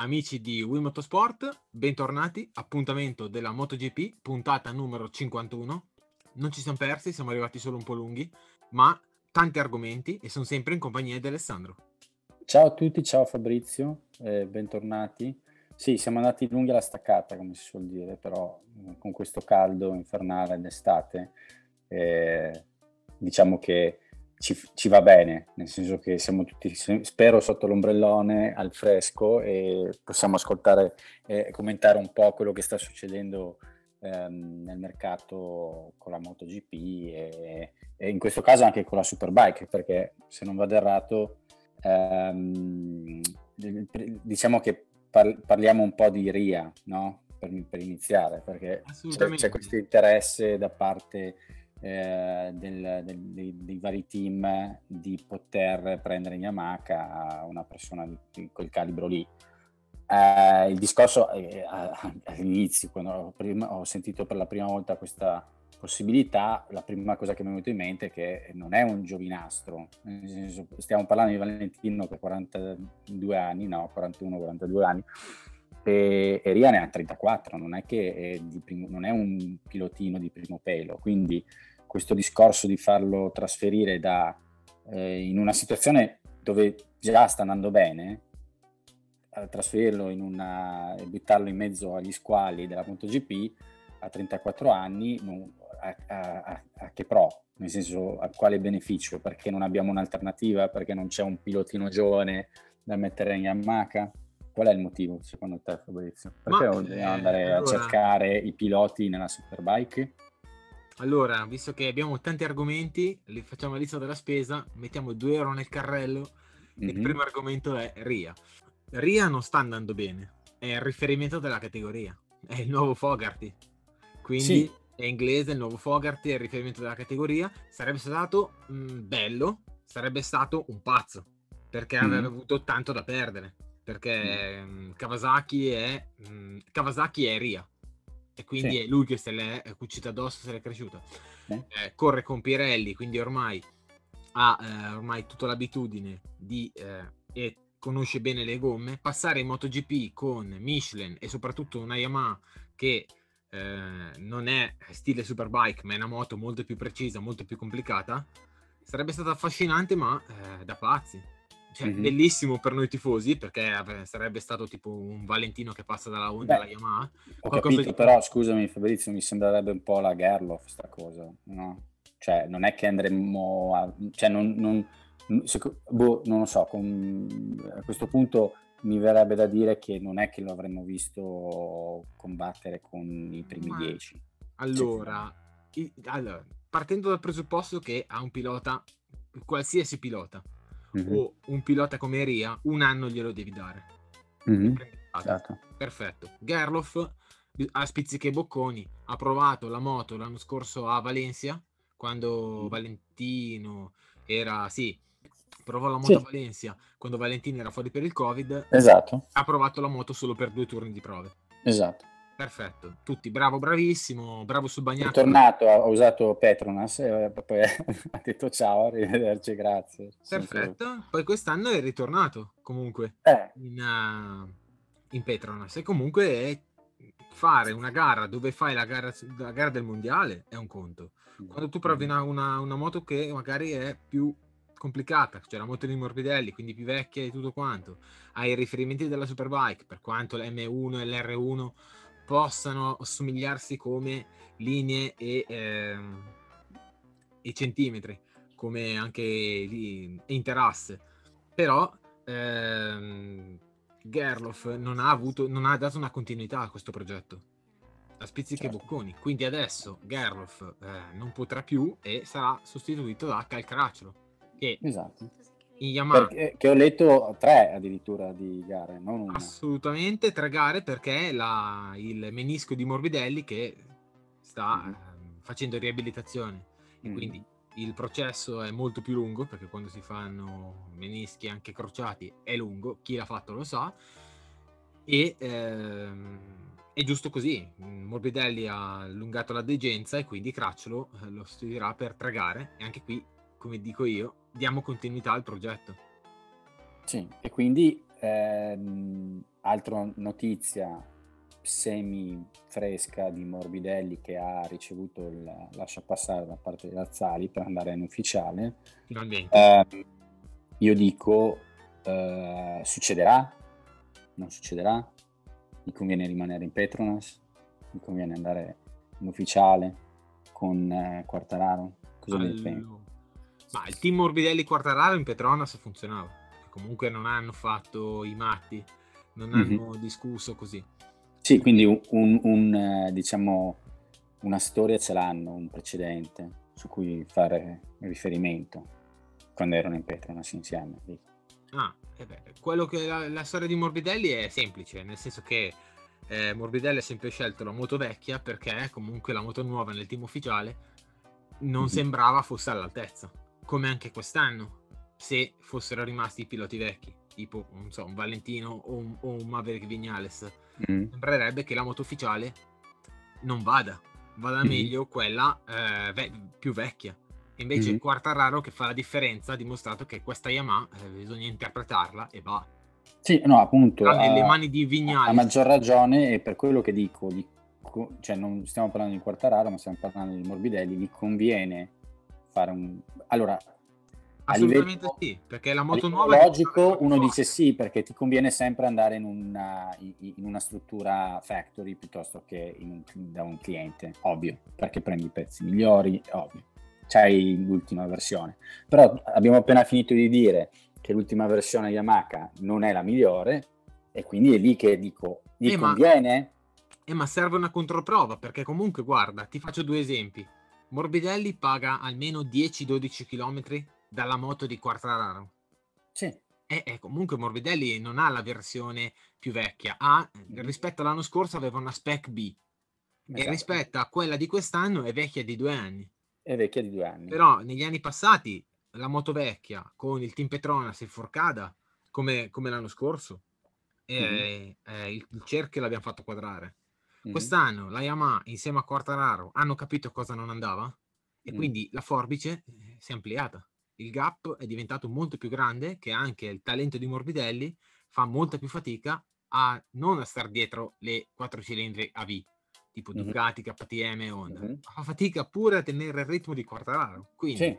Amici di Wii Motorsport, bentornati, appuntamento della MotoGP, puntata numero 51. Non ci siamo persi, siamo arrivati solo un po' lunghi, ma tanti argomenti e sono sempre in compagnia di Alessandro. Ciao a tutti, ciao Fabrizio, bentornati. Sì, siamo andati lunghi alla staccata, come si suol dire, però con questo caldo infernale d'estate, diciamo che ci va bene, nel senso che siamo tutti, spero, sotto l'ombrellone al fresco e possiamo ascoltare e commentare un po' quello che sta succedendo nel mercato con la MotoGP e in questo caso anche con la Superbike, perché se non vado errato diciamo che parliamo un po' di RIA, no? Per iniziare, perché c'è questo interesse da parte dei vari team di poter prendere Yamaha una persona di quel calibro lì. Il discorso all'inizio, quando ho sentito per la prima volta questa possibilità, la prima cosa che mi è venuta in mente è che non è un giovinastro, nel senso, stiamo parlando di Valentino che ha 42 anni, no, 41-42 anni, e Ria ne ha 34, non è che non è un pilotino di primo pelo, quindi questo discorso di farlo trasferire in una situazione dove già sta andando bene, trasferirlo e buttarlo in mezzo agli squali della MotoGP a 34 anni, a che pro? Nel senso, a quale beneficio? Perché non abbiamo un'alternativa? Perché non c'è un pilotino giovane da mettere in Yamaha? Qual è il motivo, secondo te, Fabrizio? Perché dobbiamo andare a cercare i piloti nella Superbike? Allora, visto che abbiamo tanti argomenti, li facciamo la lista della spesa, mettiamo 2 euro nel carrello. Il primo argomento è RIA. RIA non sta andando bene, è il riferimento della categoria, è il nuovo Fogarty, quindi sì. È inglese, il nuovo Fogarty è il riferimento della categoria. Sarebbe stato bello, sarebbe stato un pazzo, perché avrebbe avuto tanto da perdere, perché Kawasaki è RIA e quindi è lui che se l'è cucita addosso, se l'è cresciuta. Corre con Pirelli, quindi ormai ha ormai tutta l'abitudine e conosce bene le gomme. Passare in MotoGP con Michelin e soprattutto una Yamaha che non è stile Superbike, ma è una moto molto più precisa, molto più complicata, sarebbe stato affascinante, ma da pazzi. Cioè, bellissimo per noi tifosi, perché sarebbe stato tipo un Valentino che passa dalla Honda alla Yamaha. Ho capito, però scusami Fabrizio, mi sembrerebbe un po' la Gerloff sta cosa, no? Cioè, non è che andremmo a... Cioè, non lo so, a questo punto mi verrebbe da dire che non è che lo avremmo visto combattere con i primi 10. Allora, partendo dal presupposto che ha un pilota, qualsiasi pilota, o un pilota come Ria, un anno glielo devi dare. Certo. Perfetto. Gerloff ha spizzichi e bocconi, ha provato la moto l'anno scorso a Valencia, quando Valentino era... Sì, provò la moto a Valencia quando Valentino era fuori per il Covid. Esatto. Ha provato la moto solo per 2 turni di prove. Esatto. Perfetto, tutti bravo, bravissimo, bravo sul bagnato. È tornato, ha usato Petronas e poi ha detto ciao, arrivederci, grazie. Perfetto, poi quest'anno è ritornato comunque in Petronas e comunque fare una gara dove fai la gara del mondiale è un conto. Quando tu provi una moto che magari è più complicata, cioè la moto di Morbidelli, quindi più vecchia e tutto quanto, hai i riferimenti della Superbike, per quanto l'M1 e l'R1 possano assomigliarsi come linee e centimetri, come anche lì interasse, però Gerloff non ha dato una continuità a questo progetto, a spizzichi e bocconi, quindi adesso Gerloff non potrà più e sarà sostituito da Cal Crutchlow, che in Yamaha che ho letto 3 addirittura di gare, non una. Assolutamente 3 gare, perché il menisco di Morbidelli che sta facendo riabilitazione e quindi il processo è molto più lungo, perché quando si fanno menischi anche crociati è lungo, chi l'ha fatto lo sa, e è giusto così. Morbidelli ha allungato la degenza e quindi Crutchlow lo sostituirà per 3 gare e anche qui, come dico io, diamo continuità al progetto. Sì, e quindi altra notizia semi fresca di Morbidelli, che ha ricevuto il lasciapassare da parte dei Lazzali per andare in ufficiale. Finalmente. Io dico, succederà? Non succederà? Mi conviene rimanere in Petronas? Mi conviene andare in ufficiale con Quartararo? Cosa ne pensi? Ma il team Morbidelli Quartararo in Petronas funzionava. Comunque non hanno fatto i matti, non hanno discusso così. Sì, quindi diciamo una storia ce l'hanno, un precedente su cui fare riferimento quando erano in Petronas insieme. Quello che la storia di Morbidelli è semplice, nel senso che Morbidelli ha sempre scelto la moto vecchia perché comunque la moto nuova nel team ufficiale non sembrava fosse all'altezza, come anche quest'anno, se fossero rimasti i piloti vecchi, tipo non so, un Valentino o un Maverick Viñales, sembrerebbe che la moto ufficiale non vada meglio quella più vecchia. Invece Quartararo, che fa la differenza, ha dimostrato che questa Yamaha bisogna interpretarla e va. Sì, no, appunto, nelle mani di Viñales. Ha maggior ragione, e per quello che dico, cioè non stiamo parlando di Quartararo, ma stiamo parlando di Morbidelli, gli conviene fare allora, assolutamente sì, perché la moto nuova logico, uno dice sì, perché ti conviene sempre andare in una struttura factory piuttosto che da un cliente, ovvio, perché prendi i pezzi migliori, ovvio, c'hai l'ultima versione. Però abbiamo appena finito di dire che l'ultima versione Yamaha non è la migliore, e quindi è lì che dico, gli conviene? Ma serve una controprova, perché comunque guarda, ti faccio due esempi. Morbidelli paga almeno 10-12 km dalla moto di Quartararo. Sì. E comunque Morbidelli non ha la versione più vecchia, rispetto all'anno scorso aveva una Spec B, e rispetto a quella di quest'anno è vecchia di 2 anni. È vecchia di 2 anni. Però negli anni passati la moto vecchia con il team Petronas e Forcada, come l'anno scorso, il cerchio l'abbiamo fatto quadrare. Quest'anno la Yamaha insieme a Quartararo hanno capito cosa non andava, e quindi la forbice si è ampliata. Il gap è diventato molto più grande, che anche il talento di Morbidelli fa molta più fatica non a star dietro le 4 cilindri AV tipo Ducati, KTM e Honda, fa fatica pure a tenere il ritmo di Quartararo. Quindi sì,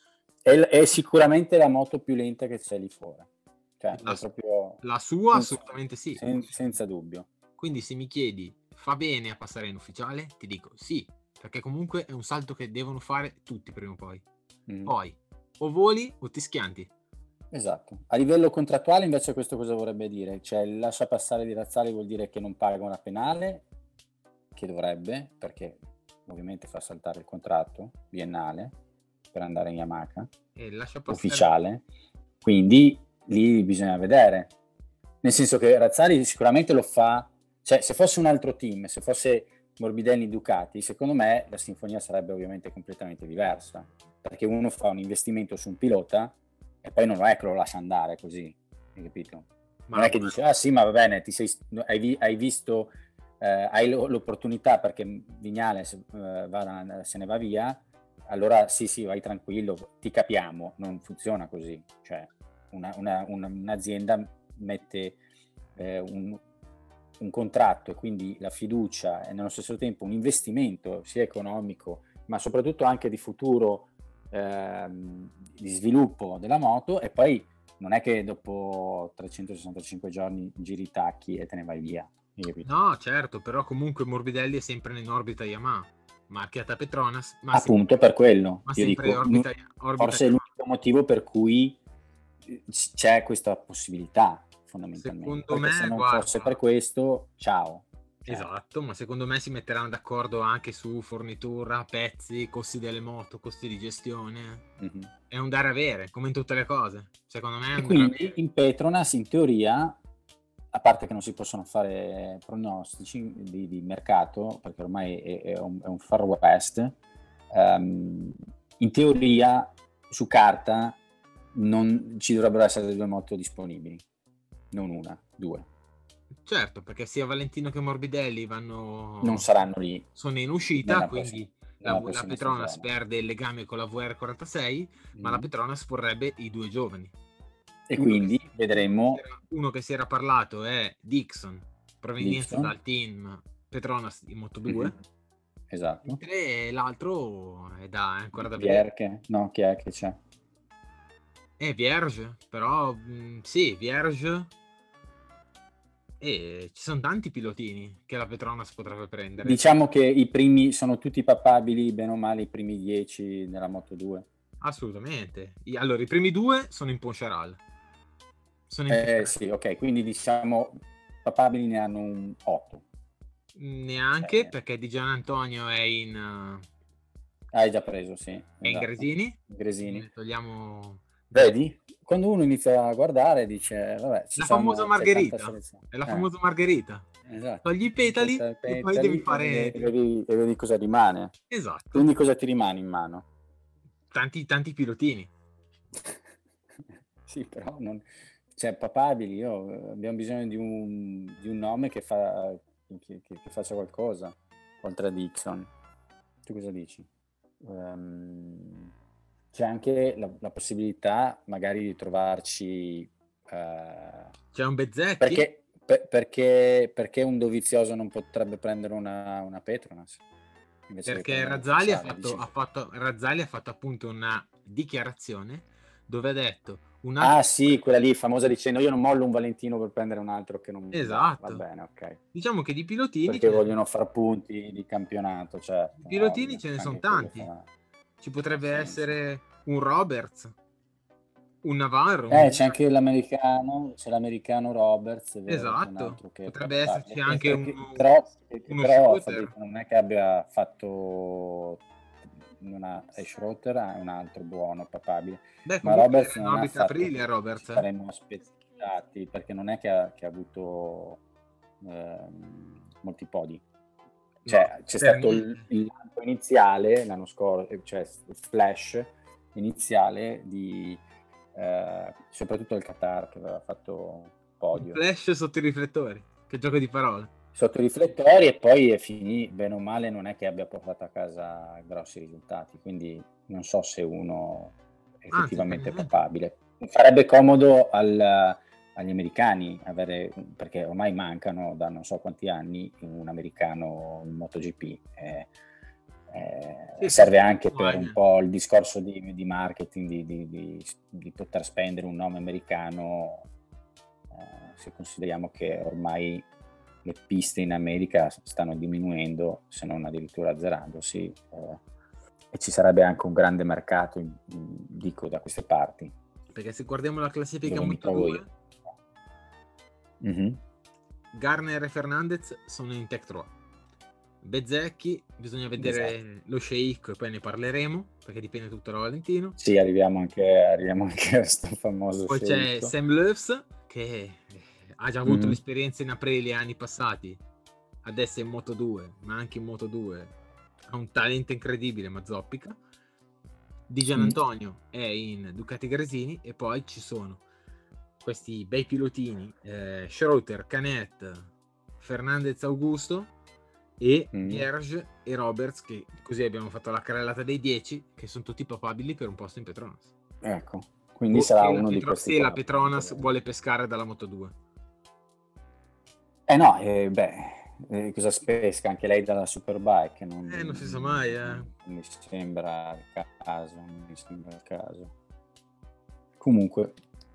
è sicuramente la moto più lenta che c'è lì fuori, cioè la, è proprio la sua assolutamente sì, senza dubbio. Quindi se mi chiedi fa bene a passare in ufficiale, ti dico sì, perché comunque è un salto che devono fare tutti prima o poi. Poi o voli o ti schianti. Esatto. A livello contrattuale invece questo cosa vorrebbe dire? Cioè il lascia passare di Lazzali vuol dire che non paga una penale, che dovrebbe, perché ovviamente fa saltare il contratto biennale per andare in Yamaha ufficiale, quindi lì bisogna vedere, nel senso che Lazzali sicuramente lo fa, cioè se fosse un altro team, se fosse Morbidelli Ducati, secondo me la sinfonia sarebbe ovviamente completamente diversa, perché uno fa un investimento su un pilota e poi non è che lo lascia andare così, hai capito? Non è che dice, ah sì, ma va bene, hai visto, hai l'opportunità perché Viñales se ne va via, allora sì, vai tranquillo, ti capiamo. Non funziona così. Cioè un'azienda mette un contratto, e quindi la fiducia, e nello stesso tempo un investimento sia economico ma soprattutto anche di futuro, di sviluppo della moto, e poi non è che dopo 365 giorni giri i tacchi e te ne vai via. No, certo, però comunque Morbidelli è sempre in orbita Yamaha, marchiata Petronas, ma appunto per quello ma io sempre dico, orbita forse è l'unico motivo per cui c'è questa possibilità, fondamentalmente. Secondo perché me, se non guarda, fosse per questo, ciao. Esatto, ma secondo me si metteranno d'accordo anche su fornitura, pezzi, costi delle moto, costi di gestione. È un dare avere, come in tutte le cose. Secondo me è e quindi in Petronas, in teoria, a parte che non si possono fare pronostici di mercato, perché ormai è un far west, in teoria, su carta, non ci dovrebbero essere 2 moto disponibili, non una, 2. Certo, perché sia Valentino che Morbidelli non saranno lì, sono in uscita, quindi la Petronas perde il legame con la VR46, ma la Petronas vorrebbe i 2 giovani. E quindi vedremo uno che si era parlato è Dixon, proveniente Dixon. dal team Petronas in Moto2. Esatto. Mentre l'altro è ancora da vedere. Vierche? No, chi è che c'è? È Vierge, però sì, Vierge. E ci sono tanti pilotini che la Petronas potrebbe prendere. Diciamo che i primi sono tutti papabili, bene o male, i primi 10 nella Moto2. Assolutamente. Allora, i primi 2 sono in Poncharal. Sì, ok, quindi diciamo papabili ne hanno un 8. Neanche, perché Di Gianantonio è in... Hai già preso, sì. È in Esatto. Gresini. Ne togliamo... Vedi? Quando uno inizia a guardare dice, vabbè, La famosa Margherita. È la famosa Margherita. Esatto. Togli i petali e poi devi fare... E vedi cosa rimane. Esatto. Quindi cosa ti rimane in mano? Tanti pilotini. Sì, però non... Cioè, papabili, abbiamo bisogno di un nome che faccia qualcosa, oltre a Dixon. Tu cosa dici? C'è anche la possibilità magari di trovarci... C'è un Bezzecchi? Perché un Dovizioso non potrebbe prendere una Petronas? Perché Razzali ha fatto appunto una dichiarazione dove ha detto sì, quella lì famosa dicendo io non mollo un Valentino per prendere un altro che non esatto. va bene, ok. Diciamo che di pilotini perché vogliono far punti di campionato, certo. Di pilotini ce ne sono tanti. Ci potrebbe essere un Roberts, un Navarro. C'è anche l'americano Roberts, è vero, esatto. che è un altro che potrebbe esserci anche uno però Schroeter. non è che abbia fatto Schroeter è un altro buono, papabile. Beh, Ma comunque Roberts non ha arbitra fatto Aprilia, Roberts. ci saremmo aspettati, perché non è che ha avuto molti podi. Cioè, no, c'è stato il lampo iniziale l'anno scorso, cioè il flash iniziale di soprattutto il Qatar, che aveva fatto podio. Un flash sotto i riflettori, che gioco di parole. Sotto i riflettori, e poi bene o male non è che abbia portato a casa grossi risultati, quindi non so se uno è effettivamente papabile. Farebbe comodo agli americani avere, perché ormai mancano da non so quanti anni un americano in MotoGP. Serve anche per un po' il discorso di marketing, di poter spendere un nome americano, se consideriamo che ormai le piste in America stanno diminuendo, se non addirittura azzerandosi, e ci sarebbe anche un grande mercato, dico, da queste parti. Perché se guardiamo la classifica Moto2, Garner e Fernandez sono in Tech 3. Bezzecchi, bisogna vedere lo sceicco e poi ne parleremo, perché dipende tutto da Valentino. Sì, arriviamo anche a questo famoso poi sceicco. C'è Sam Loves, che ha già avuto l'esperienza in Aprilia anni passati, adesso è in Moto2, ma anche in Moto2 ha un talento incredibile, ma zoppica. Di Gianantonio è in Ducati Gresini, e poi ci sono questi bei pilotini, Schroeter, Canet, Fernandez Augusto e Vierge e Roberts, che così abbiamo fatto la carrellata dei 10, che sono tutti papabili per un posto in Petronas. Ecco, quindi sarà uno di questi. Se la Petronas vuole pescare dalla Moto2. Cosa pesca anche lei dalla Superbike? Non si sa mai, Non mi sembra il caso. Comunque,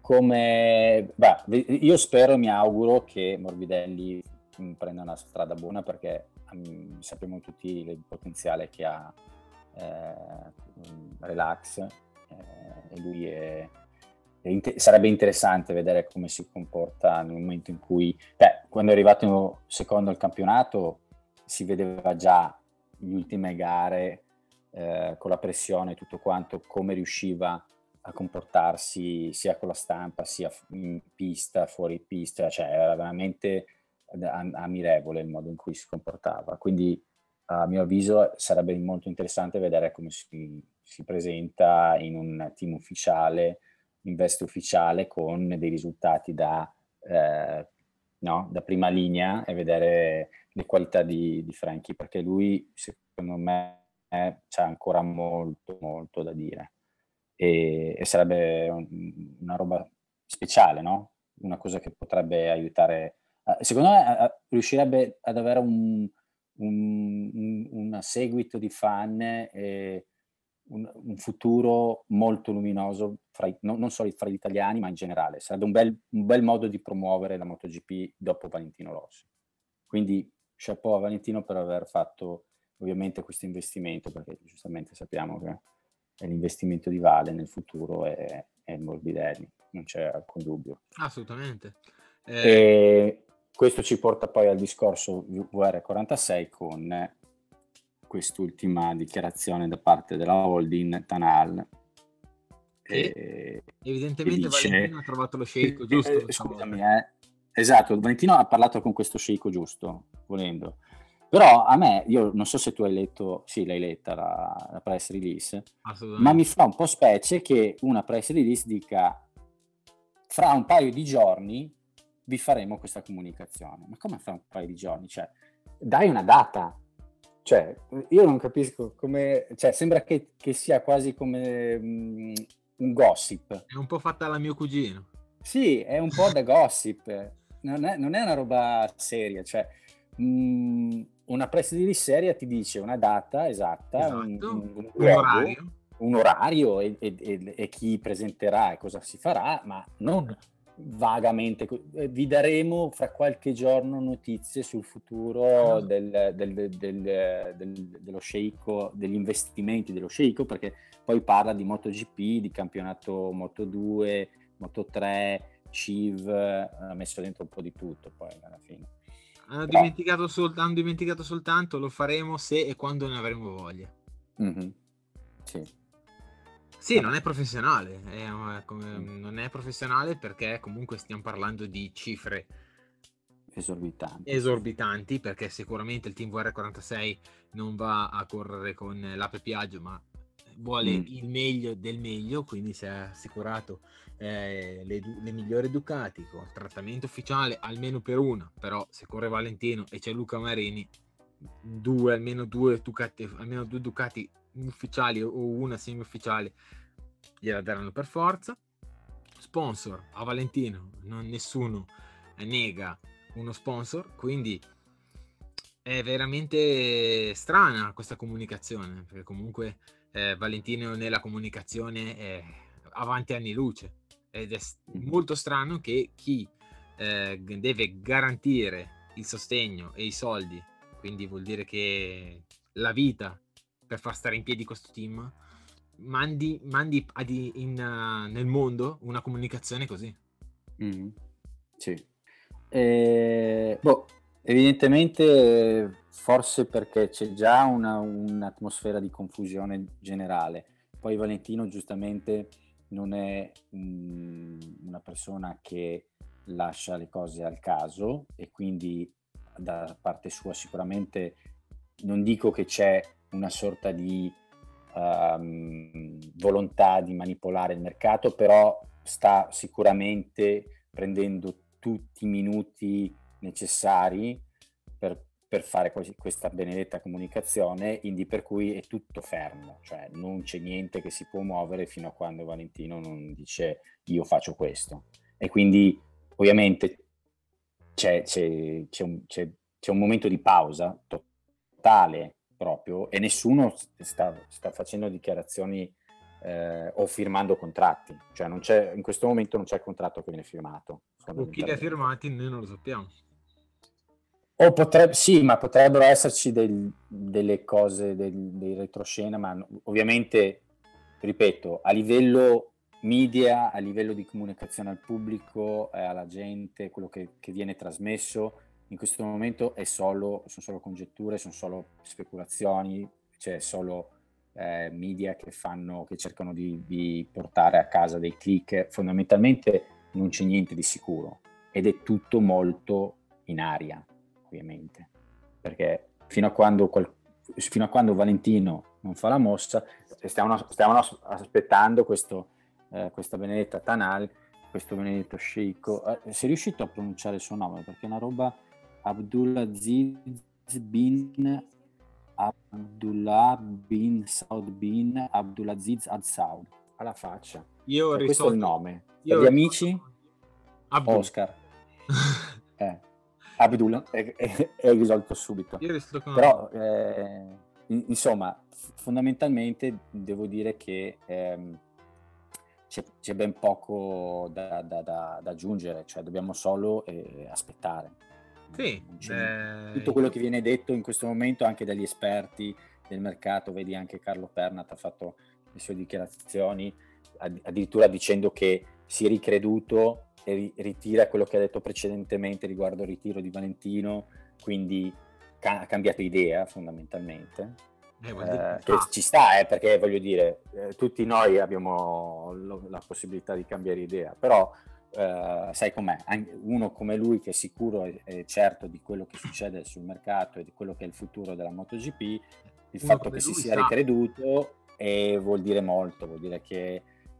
io spero e mi auguro che Morbidelli prenda una strada buona, perché sappiamo tutti il potenziale che ha Relax, e lui sarebbe interessante vedere come si comporta nel momento in cui, quando è arrivato secondo al campionato, si vedeva già le ultime gare, con la pressione e tutto quanto, come riusciva a comportarsi sia con la stampa sia in pista, fuori pista, cioè era veramente ammirevole il modo in cui si comportava. Quindi a mio avviso sarebbe molto interessante vedere come si presenta in un team ufficiale, in veste ufficiale, con dei risultati da prima linea, e vedere le qualità di Frankie, perché lui secondo me c'ha ancora molto molto da dire, e sarebbe una roba speciale, no? Una cosa che potrebbe aiutare, secondo me riuscirebbe ad avere un seguito di fan e un futuro molto luminoso non solo fra gli italiani, ma in generale. Sarebbe un bel modo di promuovere la MotoGP dopo Valentino Rossi. Quindi chapeau a Valentino per aver fatto ovviamente questo investimento, perché giustamente sappiamo che è l'investimento di Vale nel futuro è il Morbidelli, non c'è alcun dubbio. Assolutamente. E questo ci porta poi al discorso VR46 con quest'ultima dichiarazione da parte della holding Tanal, che evidentemente dice, Valentino ha trovato lo sceicco giusto. scusami, esatto, Valentino ha parlato con questo sceicco giusto, volendo. Però a me, io non so se tu hai letto, sì, l'hai letta la press release, ma mi fa un po' specie che una press release dica fra un paio di giorni vi faremo questa comunicazione. Ma come fra un paio di giorni? Cioè, dai una data. Cioè, io non capisco come, cioè, sembra che sia quasi come un gossip. È un po' fatta alla mio cugino. Sì, è un po' da gossip. Non è una roba seria. Cioè, una press release seria ti dice una data esatta, Esatto, un orario. un orario e chi presenterà e cosa si farà, ma non vagamente. Vi daremo fra qualche giorno notizie sul futuro dello sceicco, degli investimenti dello sceicco, perché poi parla di MotoGP, di campionato Moto2, Moto3, CIV, ha messo dentro un po' di tutto poi alla fine. Hanno dimenticato soltanto lo faremo se e quando ne avremo voglia. Mm-hmm. Sì, non è professionale, non è professionale perché comunque stiamo parlando di cifre esorbitanti, perché sicuramente il team VR46 non va a correre con l'Ape Piaggio, ma vuole il meglio del meglio, quindi si è assicurato le migliori Ducati con trattamento ufficiale almeno per una, però se corre Valentino e c'è Luca Marini, almeno due Ducati ufficiali o una semi ufficiale gliela daranno per forza. Sponsor a Valentino nessuno nega uno sponsor, quindi è veramente strana questa comunicazione, perché comunque Valentino nella comunicazione è avanti anni luce, ed è molto strano che chi deve garantire il sostegno e i soldi, quindi vuol dire che la vita per far stare in piedi questo team, mandi nel mondo una comunicazione così. Sì. Evidentemente forse perché c'è già un'atmosfera di confusione generale. Poi Valentino giustamente non è una persona che lascia le cose al caso, e quindi da parte sua sicuramente non dico che c'è una sorta di volontà di manipolare il mercato, però sta sicuramente prendendo tutti i minuti necessari per fare questa benedetta comunicazione, quindi per cui è tutto fermo, cioè non c'è niente che si può muovere fino a quando Valentino non dice io faccio questo. E quindi ovviamente c'è un momento di pausa totale proprio, e nessuno sta facendo dichiarazioni o firmando contratti, cioè non c'è, in questo momento non c'è il contratto che viene firmato. O chi li ha firmati noi non lo sappiamo. O sì, ma potrebbero esserci delle cose, dei retroscena, ma ovviamente, ripeto, a livello media, a livello di comunicazione al pubblico e alla gente, quello che viene trasmesso in questo momento sono solo congetture, sono solo speculazioni, c'è solo media che cercano di portare a casa dei click. Fondamentalmente non c'è niente di sicuro ed è tutto molto in aria, ovviamente, perché fino a quando Valentino non fa la mossa, stiamo aspettando questa benedetta Tanal, questo benedetto sceicco. Sei riuscito a pronunciare il suo nome? Perché è una roba Abdulaziz bin Saud bin Abdulaziz Al Saud, alla faccia. Io questo è il nome. Io Per gli amici? Abdul. Oscar. Abdul è risolto subito. Io resto con Però insomma, fondamentalmente devo dire che c'è ben poco da aggiungere, cioè dobbiamo solo aspettare. sì, Tutto quello che viene detto in questo momento anche dagli esperti del mercato, vedi anche Carlo Pernat ha fatto le sue dichiarazioni addirittura dicendo che si è ricreduto e ritira quello che ha detto precedentemente riguardo il ritiro di Valentino, quindi ha cambiato idea fondamentalmente. Che ci sta, perché voglio dire, tutti noi abbiamo la possibilità di cambiare idea, però sai com'è, uno come lui che è sicuro è certo di quello che succede sul mercato e di quello che è il futuro della MotoGP, il fatto che si sia ricreduto vuol dire molto, vuol dire che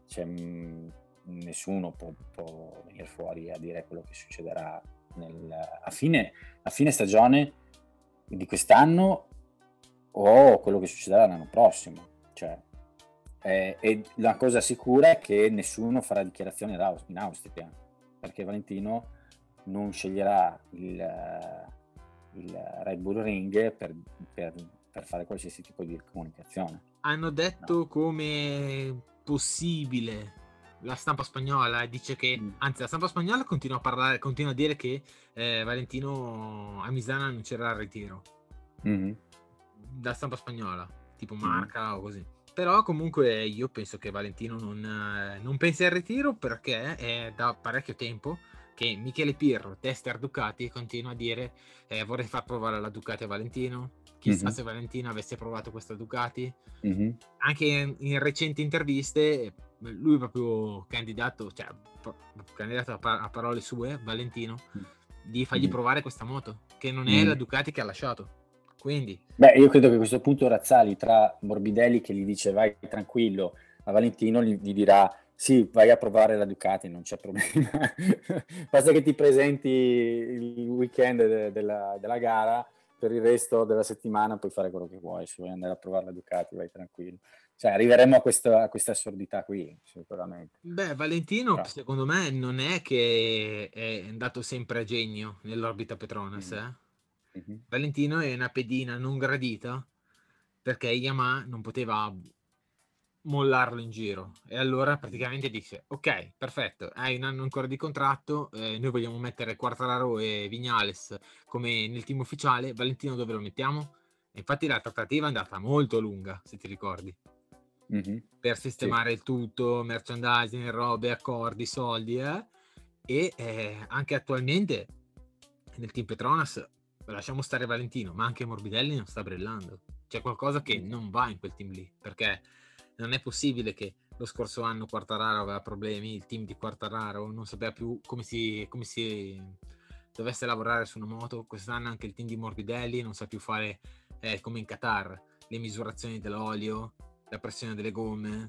nessuno può venire fuori a dire quello che succederà a fine stagione di quest'anno o quello che succederà l'anno prossimo, cioè, e la cosa sicura è che nessuno farà dichiarazioni in Austria, perché Valentino non sceglierà il Red Bull Ring per fare qualsiasi tipo di comunicazione. Hanno detto come possibile la stampa spagnola dice che, anzi la stampa spagnola continua a dire che Valentino a Misano annuncerà il ritiro. Da stampa spagnola, tipo Marca o così. Però comunque io penso che Valentino non pensi al ritiro, perché è da parecchio tempo che Michele Pirro, tester Ducati, continua a dire vorrei far provare la Ducati a Valentino. Chissà se Valentino avesse provato questa Ducati. Anche in recenti interviste lui proprio candidato a parole sue, Valentino, di fargli provare questa moto, che non è la Ducati che ha lasciato. Quindi io credo che a questo punto Razzali, tra Morbidelli che gli dice vai tranquillo, a Valentino gli dirà sì, vai a provare la Ducati, non c'è problema. Basta che ti presenti il weekend della gara, per il resto della settimana puoi fare quello che vuoi, se vuoi andare a provare la Ducati vai tranquillo. Cioè arriveremo a questa assurdità qui, sicuramente. Valentino secondo me non è che è andato sempre a genio nell'orbita Petronas. Valentino è una pedina non gradita perché Yamaha non poteva mollarlo in giro, e allora praticamente dice ok, perfetto, hai un anno ancora di contratto, noi vogliamo mettere Quartararo e Viñales come nel team ufficiale, Valentino dove lo mettiamo? E infatti la trattativa è andata molto lunga, se ti ricordi, per sistemare il tutto, merchandising, robe, accordi, soldi, e anche attualmente nel team Petronas lasciamo stare Valentino, ma anche Morbidelli non sta brillando, c'è qualcosa che non va in quel team lì, perché non è possibile che lo scorso anno Quartararo aveva problemi, il team di Quartararo non sapeva più come si dovesse lavorare su una moto, quest'anno anche il team di Morbidelli non sa più fare come in Qatar, le misurazioni dell'olio, la pressione delle gomme.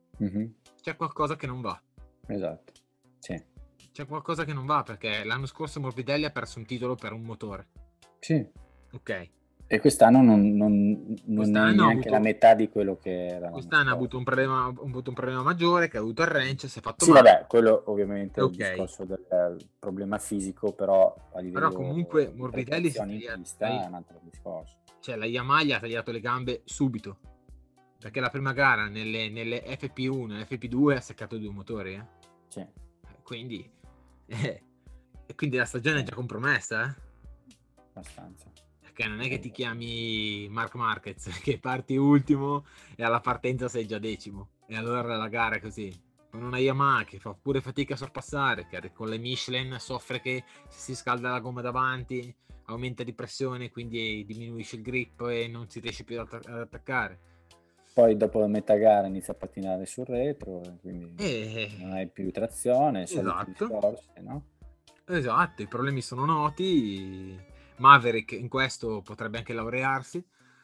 C'è qualcosa che non va. Esatto, sì. C'è qualcosa che non va, perché l'anno scorso Morbidelli ha perso un titolo per un motore. Sì. Ok. E quest'anno non è neanche la metà di quello che era. Quest'anno ha avuto un problema maggiore, che ha avuto il wrench, si è fatto male. Vabbè, quello ovviamente è il discorso del problema fisico, però a livello comunque Morbidelli in pista è un altro discorso. Cioè la Yamaha gli ha tagliato le gambe subito, perché la prima gara nelle FP1 e FP2 ha seccato 2 motori. Sì. Quindi la stagione è già compromessa, abbastanza, perché non è che ti chiami Marc Marquez che parti ultimo e alla partenza sei già decimo, e allora la gara è così, con una Yamaha che fa pure fatica a sorpassare, che con le Michelin soffre che se si scalda la gomma davanti aumenta di pressione, quindi diminuisce il grip e non si riesce più ad attaccare. Poi dopo la metà gara inizia a pattinare sul retro, quindi non hai più trazione, soliti discorsi, no? Esatto, i problemi sono noti. Maverick in questo potrebbe anche laurearsi.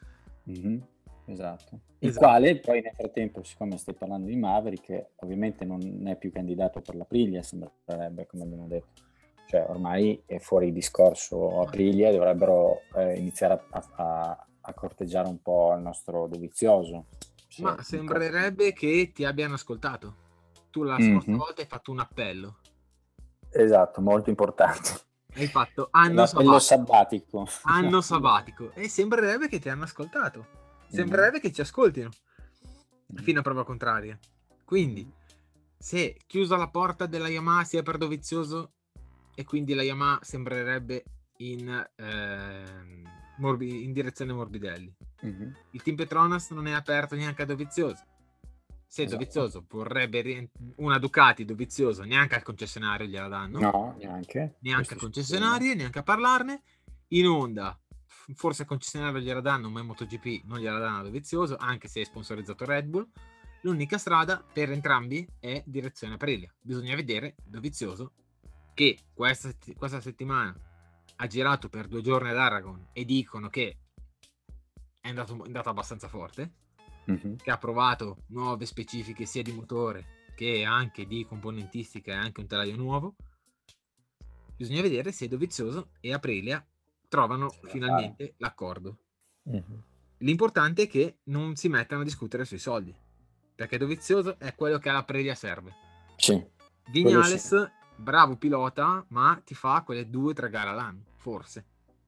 Esatto. Il quale poi nel frattempo, siccome stai parlando di Maverick, ovviamente non è più candidato per l'Aprilia, sembrerebbe, come abbiamo detto. Cioè ormai è fuori il discorso Aprilia, dovrebbero iniziare a corteggiare un po' il nostro Dovizioso. Ma sembrerebbe che ti abbiano ascoltato. Tu la scorsa volta hai fatto un appello. Esatto, molto importante. Hai fatto Un appello sabbatico. Anno sabbatico. E sembrerebbe che ti hanno ascoltato. Sembrerebbe che ci ascoltino. Fino a prova contraria. Quindi, se chiusa la porta della Yamaha sia per Dovizioso, e quindi la Yamaha sembrerebbe in direzione Morbidelli. Il team Petronas non è aperto neanche a Dovizioso. Se Dovizioso vorrebbe una Ducati Dovizioso, neanche al concessionario gliela danno. No, neanche al concessionario, neanche a parlarne. In Honda forse al concessionario gliela danno, ma in MotoGP non gliela danno a Dovizioso, anche se è sponsorizzato Red Bull. L'unica strada per entrambi è direzione Aprilia. Bisogna vedere Dovizioso, che questa settimana ha girato per 2 giorni ad Aragon e dicono che è andato abbastanza forte, che ha provato nuove specifiche sia di motore che anche di componentistica e anche un telaio nuovo. Bisogna vedere se Dovizioso e Aprilia trovano finalmente l'accordo. L'importante è che non si mettano a discutere sui soldi, perché Dovizioso è quello che all'Aprilia serve. Sì. Viñales, bravo pilota, ma ti fa quelle 2-3 gare all'anno, forse.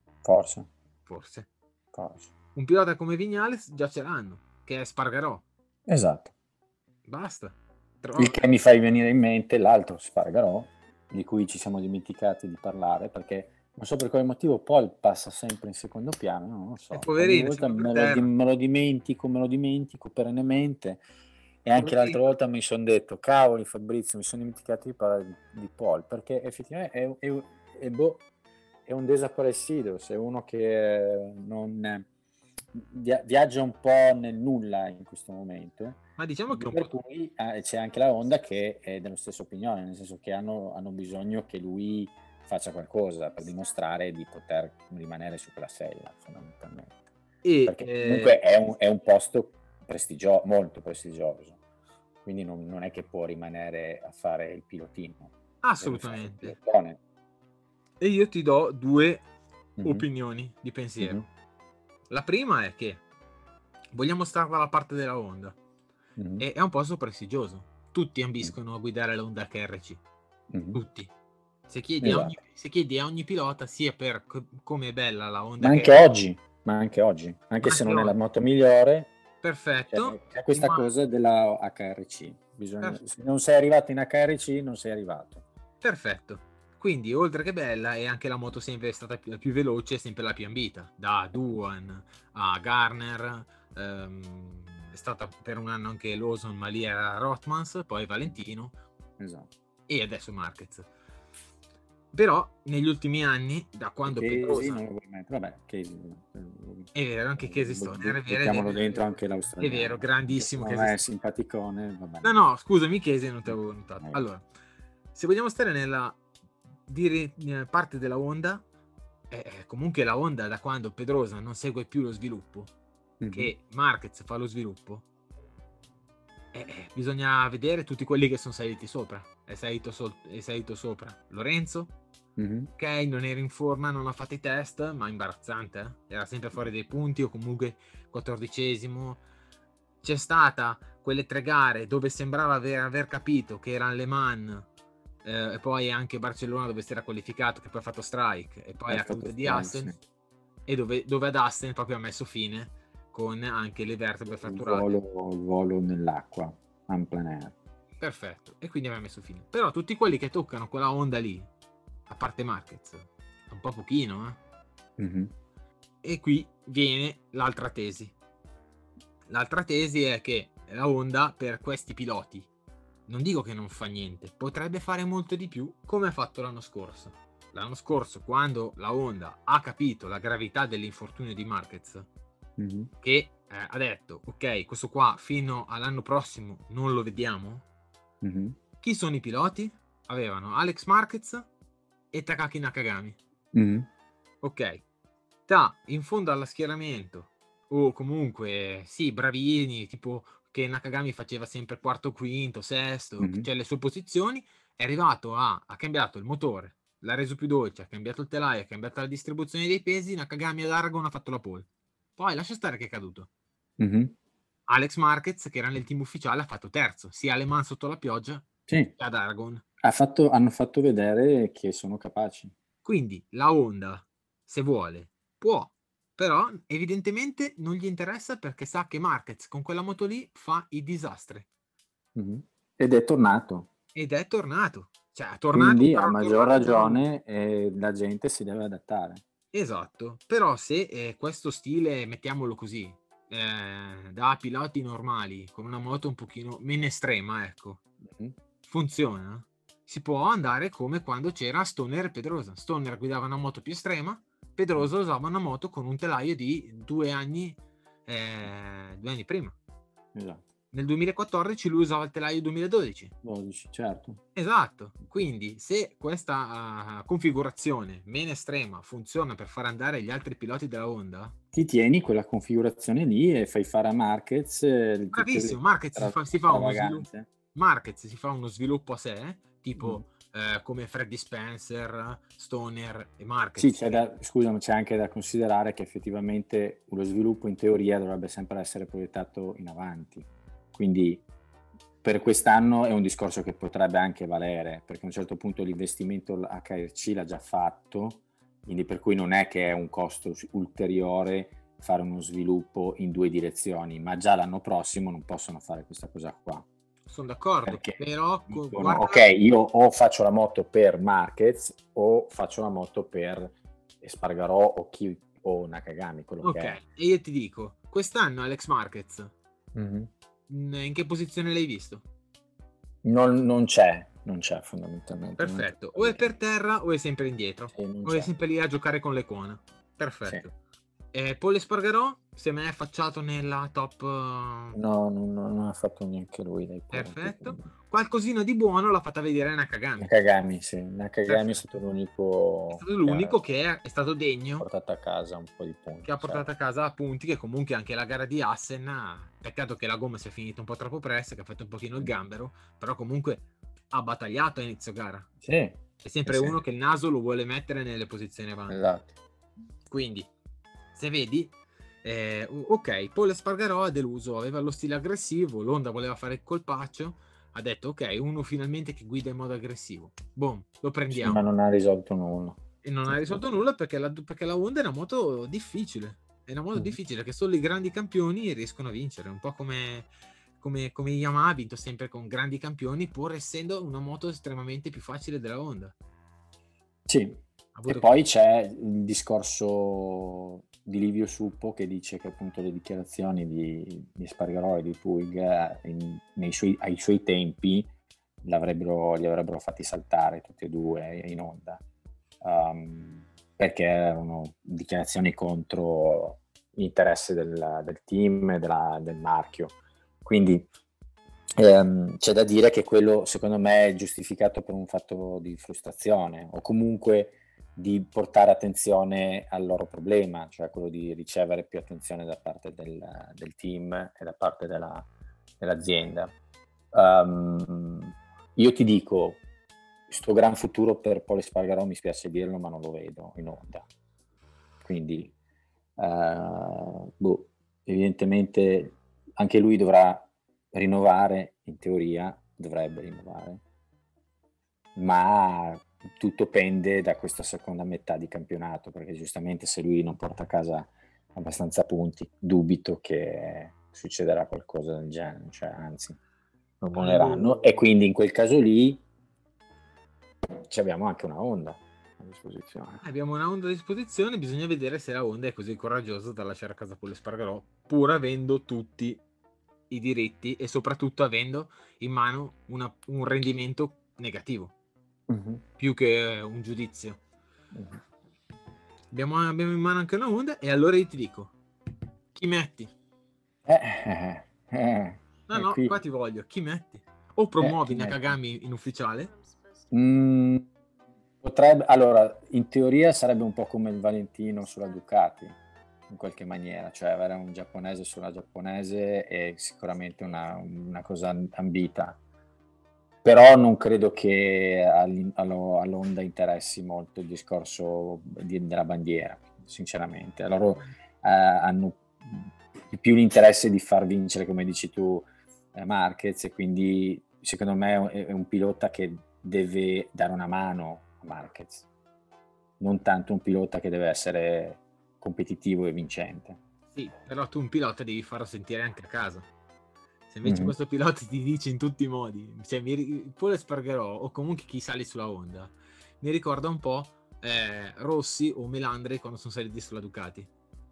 Un pilota come Viñales già ce l'hanno, che è Spargarò. Esatto. Basta. Il che mi fai venire in mente l'altro Spargarò, di cui ci siamo dimenticati di parlare, perché non so per quale motivo Paul passa sempre in secondo piano, non lo so. Poverino, me lo dimentico perennemente. E anche l'altra volta mi sono detto, cavoli Fabrizio, mi sono dimenticato di parlare di Paul, perché effettivamente è un desaparecido, è uno che non viaggia un po' nel nulla in questo momento. Ma diciamo che per cui c'è anche la Honda che è della stessa opinione, nel senso che hanno bisogno che lui faccia qualcosa per dimostrare di poter rimanere su quella sella, fondamentalmente. Perché comunque è un posto molto prestigioso, quindi non è che può rimanere a fare il pilotino. Assolutamente. E io ti do 2 opinioni di pensiero. La prima è che vogliamo stare dalla parte della Honda. E è un posto prestigioso. Tutti ambiscono a guidare la Honda HRC. Tutti. Se chiedi a ogni pilota, sia per come è bella la Honda, ma anche oggi, anche se non è la moto migliore, perfetto, c'è questa cosa della HRC. Se non sei arrivato in HRC, non sei arrivato. Perfetto. Quindi, oltre che bella, è anche la moto sempre stata più veloce, sempre la più ambita. Da Duan a Garner, è stata per un anno anche Lawson, ma lì era Rothmans, poi Valentino, esatto, e adesso Marquez. Però negli ultimi anni, da quando Pedrosa, è vero, anche Casey Stoner, mettiamolo dentro anche l'australiano, è vero, grandissimo Casey, è simpaticone, va bene. No, scusami Casey, non ti avevo notato. Allora, se vogliamo stare nella parte della Honda, comunque la Honda, da quando Pedrosa non segue più lo sviluppo, che Marquez fa lo sviluppo, bisogna vedere tutti quelli che sono saliti sopra. È salito sopra Lorenzo, ok, non era in forma, non ha fatto i test, ma imbarazzante, era sempre fuori dai punti o comunque 14esimo. C'è stata quelle 3 gare dove sembrava aver capito che erano Le Mans, e poi anche Barcellona dove si era qualificato, che poi ha fatto strike, e poi a causa di Assen, e dove ad Assen proprio ha messo fine con anche le vertebre fratturate, il volo nell'acqua en plein air. Perfetto, e quindi aveva messo fine. Però tutti quelli che toccano quella Honda lì, a parte Marquez, è un po' pochino, E qui viene l'altra tesi. L'altra tesi è che la Honda, per questi piloti, non dico che non fa niente, potrebbe fare molto di più, come ha fatto l'anno scorso. L'anno scorso, quando la Honda ha capito la gravità dell'infortunio di Marquez, che ha detto, ok, questo qua fino all'anno prossimo non lo vediamo. Chi sono i piloti? Avevano Alex Marquez e Takaki Nakagami. Ok, in fondo allo schieramento, o comunque sì, bravini, tipo che Nakagami faceva sempre quarto, quinto, sesto, cioè le sue posizioni, è arrivato ha cambiato il motore, l'ha reso più dolce, ha cambiato il telaio, ha cambiato la distribuzione dei pesi, Nakagami ad Aragon ha fatto la pole. Poi lascia stare che è caduto. Alex Marquez, che era nel team ufficiale, ha fatto terzo, sia alle Man sotto la pioggia che ad Aragon. hanno fatto vedere che sono capaci. Quindi la Honda, se vuole, può, però evidentemente non gli interessa perché sa che Marquez con quella moto lì fa i disastri. Mhm. Ed è tornato. Ed è tornato. Cioè, è tornato, Quindi a però maggior tornato per lui. ragione la gente si deve adattare. Esatto, però se questo stile, mettiamolo così, da piloti normali, con una moto un pochino meno estrema, ecco, funziona, si può andare come quando c'era Stoner e Pedrosa. Stoner guidava una moto più estrema, Pedrosa usava una moto con un telaio di 2 anni prima. Esatto. Nel 2014 lui usava il telaio 2012. 12, certo. Esatto, quindi se questa configurazione meno estrema funziona per far andare gli altri piloti della Honda, Ti tieni quella configurazione lì e fai fare a Marquez tutte le bravissimo, Marquez stravaganze. Marquez si fa uno sviluppo a sé, tipo Mm. come Freddy Spencer, Stoner e Marquez. Sì, scusami, c'è anche da considerare che effettivamente lo sviluppo in teoria dovrebbe sempre essere proiettato in avanti. Quindi per quest'anno è un discorso che potrebbe anche valere, perché a un certo punto l'investimento HRC l'ha già fatto, quindi per cui non è che è un costo ulteriore fare uno sviluppo in 2 direzioni, ma già l'anno prossimo non possono fare questa cosa qua. Sono d'accordo, Perché però dicono, guarda... ok, io o faccio la moto per Marquez o faccio la moto per Espargarò o Nakagami, quello che è. Ok, e io ti dico, quest'anno Alex Marquez, in che posizione l'hai visto? Non c'è fondamentalmente. Perfetto, o è per terra o è sempre indietro, Sì, non o è c'è. sempre lì a giocare con l'icona. Sì. Perfetto. Paul Espargarò, se me è affacciato nella top... No, non ha fatto neanche lui dai punti. Perfetto. Qualcosina di buono l'ha fatta vedere Nakagami. Nakagami, sì. Nakagami è stato Perfetto. È l'unico stato l'unico che è stato ha degno, portato a casa un po' di punti. che ha portato a casa punti, che comunque anche la gara di Assen, peccato che la gomma sia finita un po' troppo presto, che ha fatto un pochino il gambero, però comunque ha battagliato a inizio gara. Sì. È sempre uno che il naso lo vuole mettere nelle posizioni avanti. Esatto. Quindi, se vedi, ok, Paul Espargarò ha deluso, aveva lo stile aggressivo, l'Honda voleva fare il colpaccio, ha detto ok, uno finalmente che guida in modo aggressivo. Boom, lo prendiamo. Sì, ma non ha risolto nulla. E non ha risolto nulla perché la Honda è una moto difficile. È una moto difficile che solo i grandi campioni riescono a vincere. Un po' come Yamaha ha vinto sempre con grandi campioni, pur essendo una moto estremamente più facile della Honda. Sì. E poi c'è il discorso di Livio Suppo che dice che appunto le dichiarazioni di Espargarò e di Puig ai suoi tempi li avrebbero fatti saltare tutti e due in onda, perché erano dichiarazioni contro l'interesse del team e del marchio. Quindi c'è da dire che quello secondo me è giustificato per un fatto di frustrazione o comunque di portare attenzione al loro problema, cioè quello di ricevere più attenzione da parte del team e da parte dell'azienda. Io ti dico, sto gran futuro per Paul Espargarò, mi spiace dirlo, ma non lo vedo in onda. Quindi, evidentemente anche lui dovrà rinnovare, in teoria dovrebbe rinnovare, ma tutto pende da questa seconda metà di campionato, perché giustamente se lui non porta a casa abbastanza punti, dubito che succederà qualcosa del genere, cioè anzi non moleranno, e quindi in quel caso lì abbiamo anche una Honda a disposizione. Abbiamo una Honda a disposizione, bisogna vedere se la Honda è così coraggiosa da lasciare a casa Paul Espargarò, pur avendo tutti i diritti e soprattutto avendo in mano un rendimento negativo, più che un giudizio. Abbiamo in mano anche una Honda e allora io ti dico, chi metti? No, Qui. qua ti voglio, chi metti? O promuovi Nakagami in ufficiale? Potrebbe, allora, in teoria sarebbe un po' come il Valentino sulla Ducati, in qualche maniera, cioè avere un giapponese sulla giapponese è sicuramente una cosa ambita, però non credo che all'Honda interessi molto il discorso della bandiera, sinceramente. Loro hanno più l'interesse di far vincere, come dici tu, Marquez, e quindi secondo me è un pilota che deve dare una mano a Marquez, non tanto un pilota che deve essere competitivo e vincente. Sì, però tu un pilota devi farlo sentire anche a casa. Se invece questo pilota ti dice in tutti i modi, cioè Paul Espargarò o comunque chi sale sulla Honda, mi ricorda un po' Rossi o Melandri quando sono saliti sulla Ducati.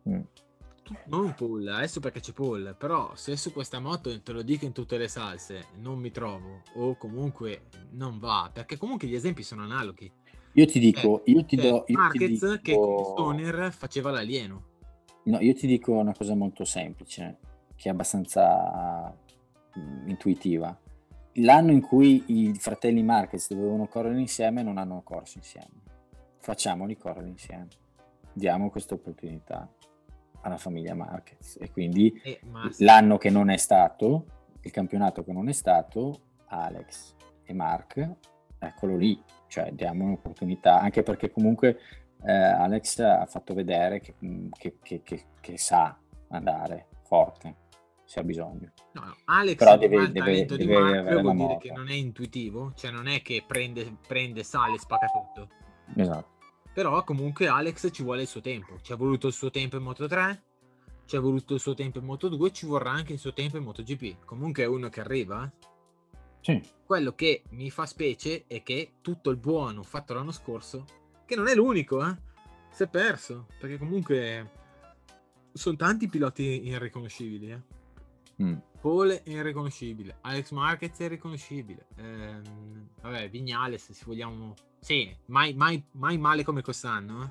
Non Paul, adesso perché c'è Paul, però se su questa moto te lo dico in tutte le salse, non mi trovo, o comunque non va, perché comunque gli esempi sono analoghi. Io ti dico, Marquez che con Stoner faceva l'alieno. No, io ti dico una cosa molto semplice, che è abbastanza intuitiva. L'anno in cui i fratelli Marquez dovevano correre insieme non hanno corso insieme. Facciamoli correre insieme. Diamo questa opportunità alla famiglia Marquez. E quindi l'anno che non è stato, il campionato che non è stato, Alex e Mark, eccolo lì. Cioè diamo un'opportunità, anche perché comunque Alex ha fatto vedere che sa andare forte se ha bisogno. No, Alex però il talento di Mark vuol dire che non è intuitivo, cioè non è che prende, sale e spacca tutto. Esatto. Però comunque Alex ci vuole il suo tempo. Ci ha voluto il suo tempo in Moto3, ci ha voluto il suo tempo in Moto2, ci vorrà anche il suo tempo in MotoGP. Comunque è uno che arriva. Sì. Quello che mi fa specie è che tutto il buono fatto l'anno scorso, che non è l'unico, si è perso, perché comunque sono tanti piloti irriconoscibili. Paul è irriconoscibile, Alex Marquez è irriconoscibile, vabbè, Viñales se vogliamo, sì, mai male come quest'anno.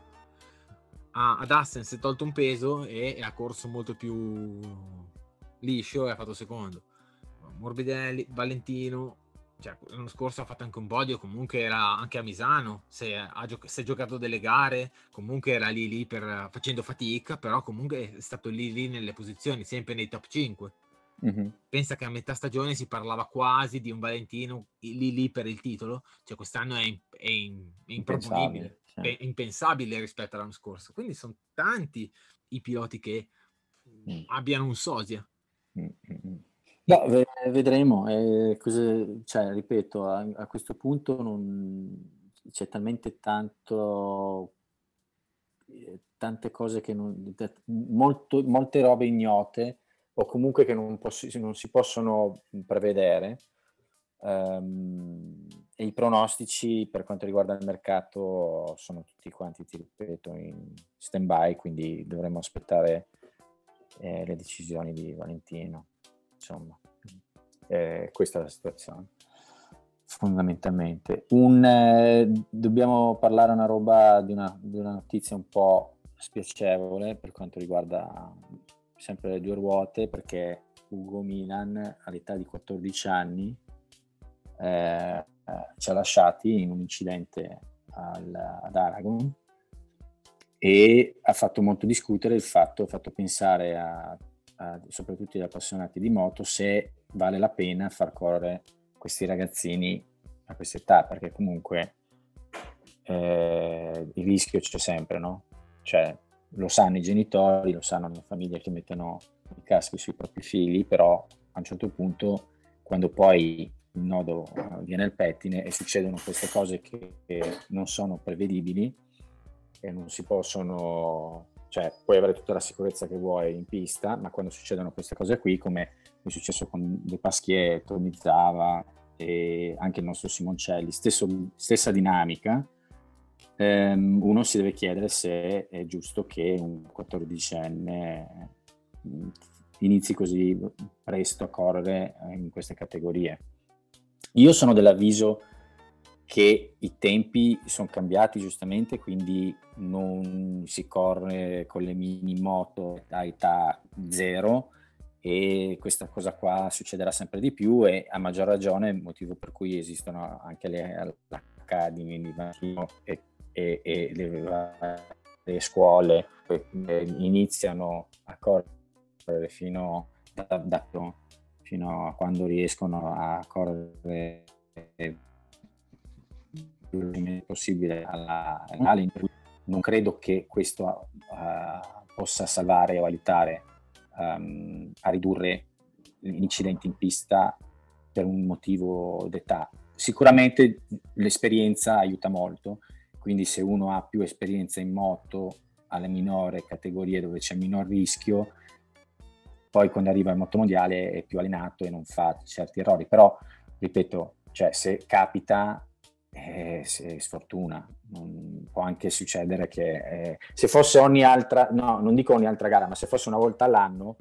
Ad Assen si è tolto un peso e ha corso molto più liscio e ha fatto secondo. Morbidelli, Valentino, cioè l'anno scorso ha fatto anche un podio, comunque era anche a Misano, se ha giocato delle gare, comunque era lì facendo fatica, però comunque è stato lì nelle posizioni, sempre nei top 5. Pensa che a metà stagione si parlava quasi di un Valentino lì per il titolo, cioè quest'anno è improponibile, è impensabile rispetto all'anno scorso, quindi sono tanti i piloti che abbiano un sosia. No, vedremo. Cioè, ripeto, a questo punto non c'è talmente tante cose che molte robe ignote o comunque che non si possono prevedere. E i pronostici per quanto riguarda il mercato sono tutti quanti, ti ripeto, in stand-by, quindi dovremo aspettare le decisioni di Valentino. Insomma, questa è la situazione fondamentalmente. Dobbiamo parlare una roba di una notizia un po' spiacevole per quanto riguarda sempre le due ruote, perché Ugo Milan all'età di 14 anni ci ha lasciati in un incidente ad Aragon e ha fatto molto discutere ha fatto pensare soprattutto agli appassionati di moto se vale la pena far correre questi ragazzini a questa età, perché comunque il rischio c'è sempre, no? Cioè lo sanno i genitori, lo sanno le famiglie che mettono i caschi sui propri figli, però a un certo punto quando poi il nodo viene al pettine e succedono queste cose che non sono prevedibili e non si possono, cioè puoi avere tutta la sicurezza che vuoi in pista, ma quando succedono queste cose qui, come è successo con De Pasquier, Tomizzava e anche il nostro Simoncelli, stessa dinamica, uno si deve chiedere se è giusto che un 14enne inizi così presto a correre in queste categorie. Io sono dell'avviso che i tempi sono cambiati giustamente, quindi non si corre con le mini moto a età zero e questa cosa qua succederà sempre di più, e a maggior ragione il motivo per cui esistono anche le Academy di Valentino e le scuole che iniziano a correre fino a quando riescono a correre il possibile all'Inter. Non credo che questo possa salvare o aiutare a ridurre gli incidenti in pista per un motivo d'età. sicuramente l'esperienza aiuta molto, quindi se uno ha più esperienza in moto alle minore categorie dove c'è minor rischio, poi quando arriva al motomondiale è più allenato e non fa certi errori, però ripeto, cioè se capita se sfortuna, può anche succedere che se fosse ogni altra, no, non dico ogni altra gara, ma se fosse una volta all'anno,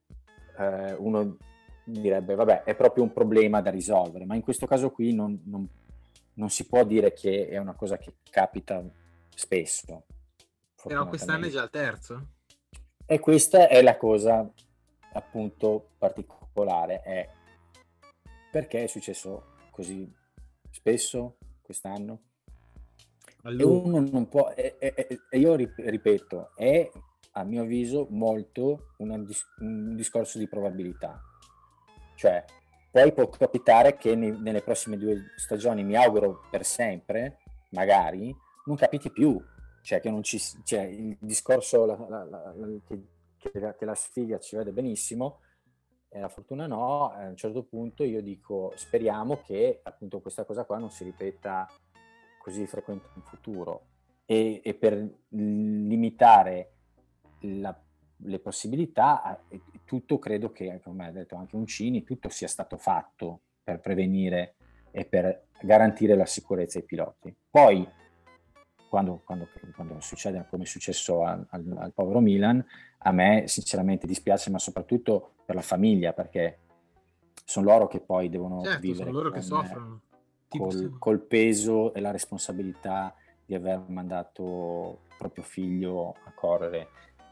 uno direbbe vabbè, è proprio un problema da risolvere, ma in questo caso qui non si può dire che è una cosa che capita spesso. Però quest'anno è già il terzo. E questa è la cosa appunto particolare, è perché è successo così spesso quest'anno? E uno non può, e io ripeto, è a mio avviso molto un discorso di probabilità. Cioè, poi può capitare che nelle prossime 2 stagioni, mi auguro per sempre, magari, non capiti più. Cioè, che non ci, cioè, il discorso che la sfiga ci vede benissimo, e la fortuna no, a un certo punto io dico, speriamo che appunto questa cosa qua non si ripeta così frequente in futuro. E per limitare le possibilità, tutto credo che, come ha detto anche Uncini, tutto sia stato fatto per prevenire e per garantire la sicurezza ai piloti. Poi, quando succede come è successo al povero Milan, a me sinceramente dispiace, ma soprattutto per la famiglia, perché sono loro che poi devono vivere sono loro che soffrono. Col peso e la responsabilità di aver mandato il proprio figlio a correre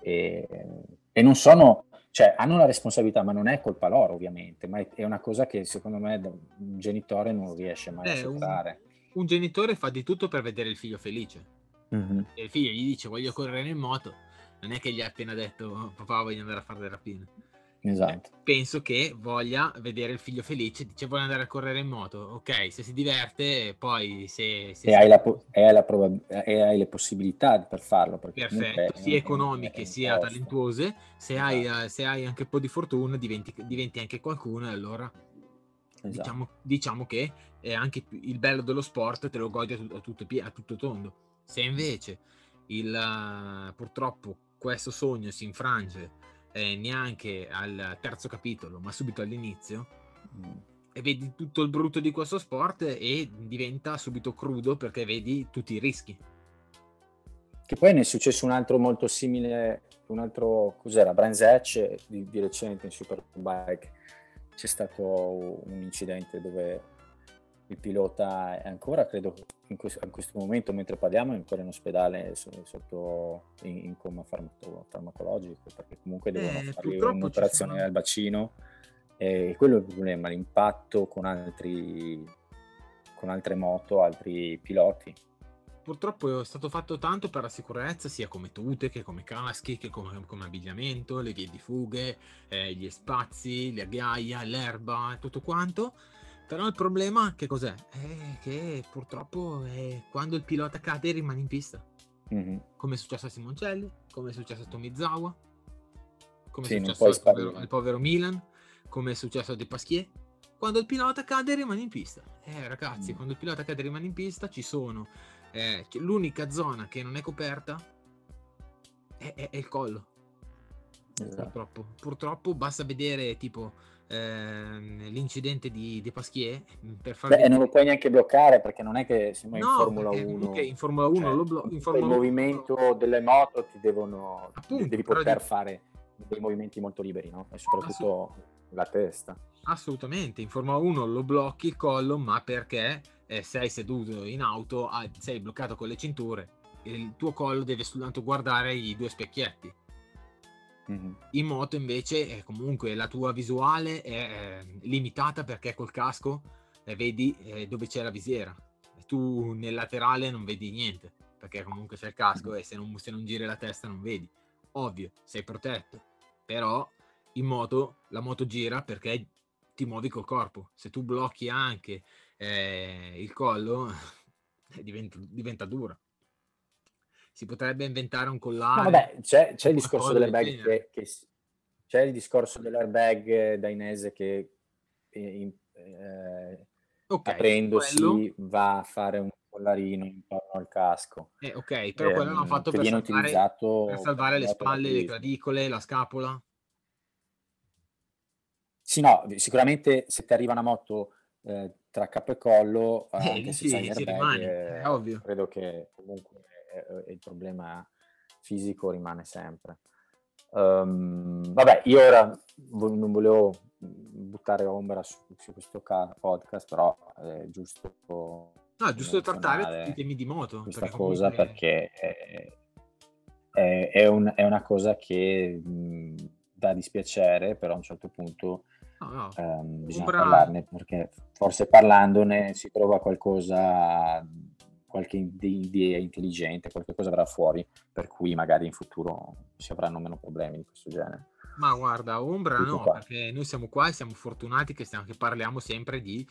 e non sono, cioè hanno la responsabilità, ma non è colpa loro ovviamente, ma è una cosa che secondo me un genitore non riesce mai a superare. Un genitore fa di tutto per vedere il figlio felice. Mm-hmm. E il figlio gli dice voglio correre in moto, non è che gli ha appena detto papà voglio andare a fare le rapine. Esatto. Penso che voglia vedere il figlio felice, dice vuole andare a correre in moto, ok, se si diverte, poi se hai le possibilità per farlo, perché perfetto, comunque sia è economiche un sia costo. talentuose, se, Esatto. se hai anche un po' di fortuna diventi anche qualcuno e allora Esatto. diciamo che è anche il bello dello sport, te lo godi a tutto tondo. Se invece purtroppo questo sogno si infrange neanche al terzo capitolo, ma subito all'inizio, e vedi tutto il brutto di questo sport e diventa subito crudo perché vedi tutti i rischi. Che poi ne è successo un altro molto simile, un altro, cos'era, Brands Hatch di recente in Superbike. C'è stato un incidente dove il pilota è ancora, credo, in questo momento, mentre parliamo, è ancora in ospedale sotto in coma farmacologico, perché comunque devono fargli un'operazione al bacino. E quello è il problema, l'impatto con altre moto, altri piloti. Purtroppo è stato fatto tanto per la sicurezza, sia come tute che come caschi, che come abbigliamento, le vie di fughe, gli spazi, la ghiaia, l'erba, tutto quanto. Però il problema che cos'è? È che purtroppo quando il pilota cade rimane in pista. Mm-hmm. Come è successo a Simoncelli, come è successo a Tomizawa, come è successo al povero Milan, come è successo a De Pasquier. Quando il pilota cade rimane in pista. Ragazzi, quando il pilota cade rimane in pista ci sono l'unica zona che non è coperta è il collo. Esatto. Purtroppo basta vedere tipo l'incidente di Pasquier per far vedere. Non lo puoi neanche bloccare, perché non è che siamo in Formula 1. Okay, in Formula 1 il movimento delle moto devi poter fare dei movimenti molto liberi, no? E soprattutto la testa. Assolutamente, in Formula 1 lo blocchi il collo, ma perché sei seduto in auto, sei bloccato con le cinture, il tuo collo deve soltanto guardare i due specchietti. Mm-hmm. In moto invece comunque la tua visuale è limitata perché col casco vedi dove c'è la visiera, e tu nel laterale non vedi niente perché comunque c'è il casco, e se non giri la testa non vedi. Ovvio, sei protetto, però in moto la moto gira perché ti muovi col corpo. Se tu blocchi anche il collo diventa dura. Si potrebbe inventare un collare. No, vabbè, c'è il discorso dell'airbag c'è il discorso dell'airbag dainese che quello, aprendosi va a fare un collarino intorno al casco. ok, però quello l'hanno fatto Che viene per utilizzato per salvare le moto da spalle, le turismo. clavicole, la scapola. Sì, no, sicuramente se ti arriva una moto tra capo e collo, anche Lì se c'hai ci l'airbag, rimani, è ovvio. credo che comunque il problema fisico rimane sempre. Vabbè, io ora non volevo buttare ombra su questo podcast, però è giusto No, è giusto trattare tutti i menzionare temi di moto, questa perché cosa comunque perché è una cosa che dà dispiacere, però a un certo punto no, no, bisogna Umbra parlarne, perché forse parlandone si trova qualcosa, qualche idea intelligente, qualche cosa verrà fuori, per cui magari in futuro si avranno meno problemi di questo genere. ma guarda, Umbra Tutto no, qua. perché noi siamo qua e siamo fortunati che parliamo sempre di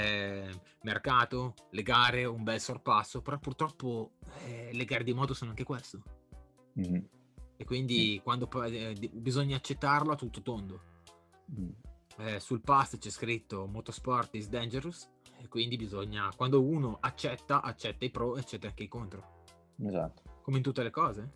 mercato, le gare, un bel sorpasso, però purtroppo le gare di moto sono anche questo. Mhm. E quindi quando bisogna accettarlo a tutto tondo. Mm. Sul pass c'è scritto Motorsport is dangerous, e quindi bisogna, quando uno accetta i pro e accetta anche i contro. Esatto. Come in tutte le cose.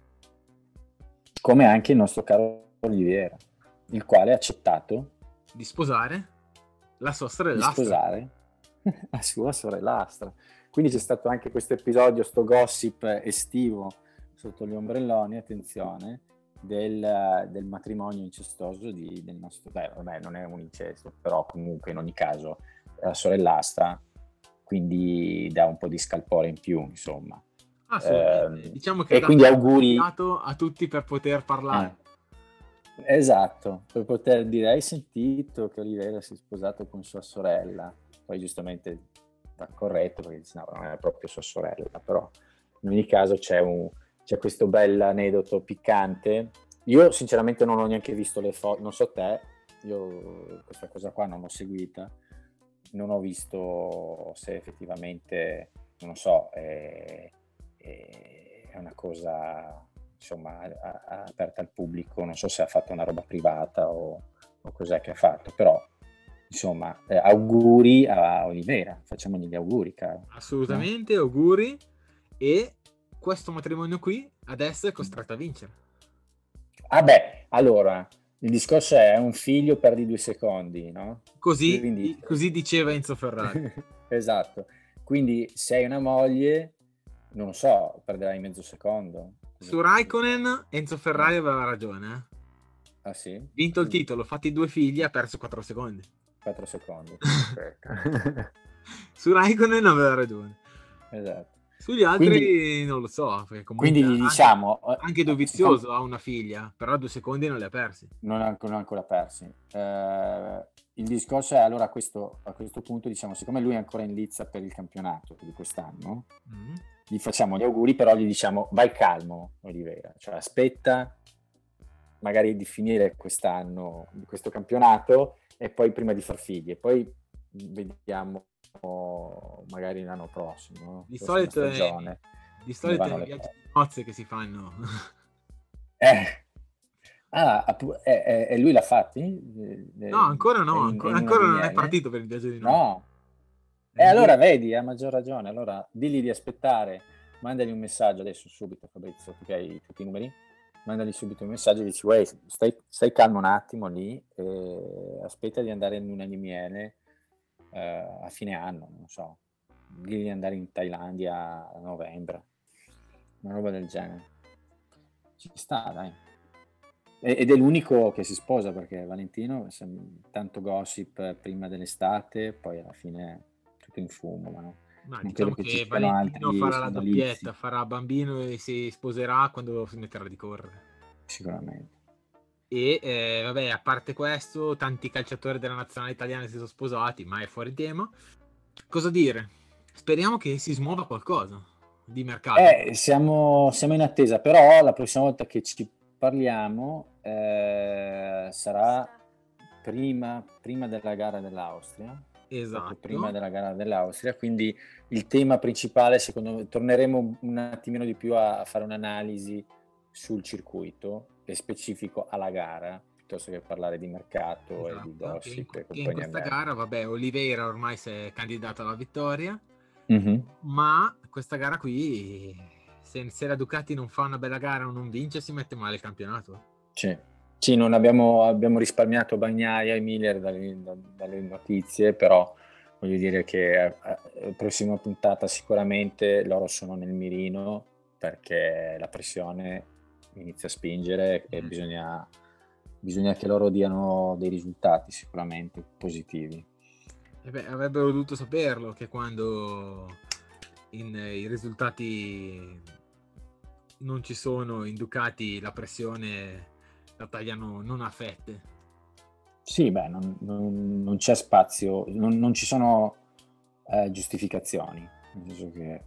Come anche il nostro caro Oliviera, il quale ha accettato Di sposare la sua di sorellastra. sposare la sua sorellastra. Quindi c'è stato anche questo episodio, sto gossip estivo sotto gli ombrelloni, attenzione, del matrimonio incestoso del nostro... Beh, vabbè, non è un incesto, però comunque in ogni caso è la sorellastra, quindi dà un po' di scalpore in più, insomma. Assolutamente. Diciamo che ha E dato quindi un auguri... fiato a tutti per poter parlare. Esatto, per poter dire, hai sentito che Olivera si è sposato con sua sorella? Poi giustamente va corretto perché dice no, non è proprio sua sorella, però in ogni caso c'è questo bel aneddoto piccante. Io sinceramente non ho neanche visto le foto, non so te, io questa cosa qua non l'ho seguita, non ho visto se effettivamente, non lo so, è una cosa insomma aperta al pubblico, non so se ha fatto una roba privata o cos'è che ha fatto, però insomma auguri a Olivera, facciamogli gli auguri, caro. Assolutamente, auguri. E questo matrimonio qui adesso è costretto a vincere. Ah beh, allora, il discorso è un figlio perdi 2 secondi, no? Quindi Così diceva Enzo Ferrari. esatto. Quindi se hai una moglie, non lo so, perderai mezzo secondo. Su Raikkonen Enzo Ferrari aveva ragione. Ah sì? Vinto il titolo, fatti 2 figli, ha perso 4 secondi. 4 secondi. Su Raikkonen aveva ragione. Esatto. Sugli altri non lo so, perché Quindi comunque gli diciamo, anche Dovizioso ha una figlia, però 2 secondi non li ha persi. non ha ancora persi. Il discorso è allora a questo punto, diciamo, siccome lui è ancora in lizza per il campionato di quest'anno, gli facciamo gli auguri, però gli diciamo vai calmo, Olivera, cioè aspetta magari di finire quest'anno questo campionato e poi prima di far figli e poi vediamo magari l'anno prossimo, Di prossima solito stagione, come è vanno i le viaggi cose. di nozze che si fanno. E lui l'ha fatti? No, ancora no, In luna ancora di non è miele? partito per il viaggio di nozze. No. È E in allora via. vedi, ha maggior ragione. Allora digli di aspettare, mandagli un messaggio adesso subito, Fabrizio, tu che hai tutti i numeri, mandagli subito un messaggio e dici, uè, stai calmo un attimo lì, e aspetta di andare in luna di miele a fine anno, non so, digli di andare in Thailandia a novembre, una roba del genere. Ci sta, dai. Ed è l'unico che si sposa perché Valentino, tanto gossip prima dell'estate, poi alla fine tutto in fumo, ma no? Ma Non credo diciamo che ci che siano Valentino altri farà la sodalizi, doppietta, farà bambino e si sposerà quando si metterà di correre. sicuramente. E vabbè, a parte questo, tanti calciatori della nazionale italiana si sono sposati, ma è fuori tema. Cosa dire? Speriamo che si smuova qualcosa di mercato. Siamo in attesa, però la prossima volta che ci parliamo sarà prima della gara dell'Austria, proprio prima Esatto. della gara dell'Austria, quindi il tema principale, secondo me, torneremo un attimino di più a fare un'analisi sul circuito, è specifico alla gara, piuttosto che parlare di mercato e di Esatto, Dorsey e che in compagnia questa bella. gara, vabbè, Oliveira ormai si è candidato alla vittoria, Mhm. ma questa gara qui, se la Ducati non fa una bella gara o non vince, si mette male il campionato. Sì. Sì, non abbiamo risparmiato Bagnaia e Miller dalle notizie, però voglio dire che la prossima puntata sicuramente loro sono nel mirino, perché la pressione inizia a spingere e bisogna che loro diano dei risultati sicuramente positivi. E beh, avrebbero dovuto saperlo che quando i risultati non ci sono in Ducati, la pressione la tagliano non a fette. Sì, beh, non c'è spazio, non ci sono giustificazioni, nel senso che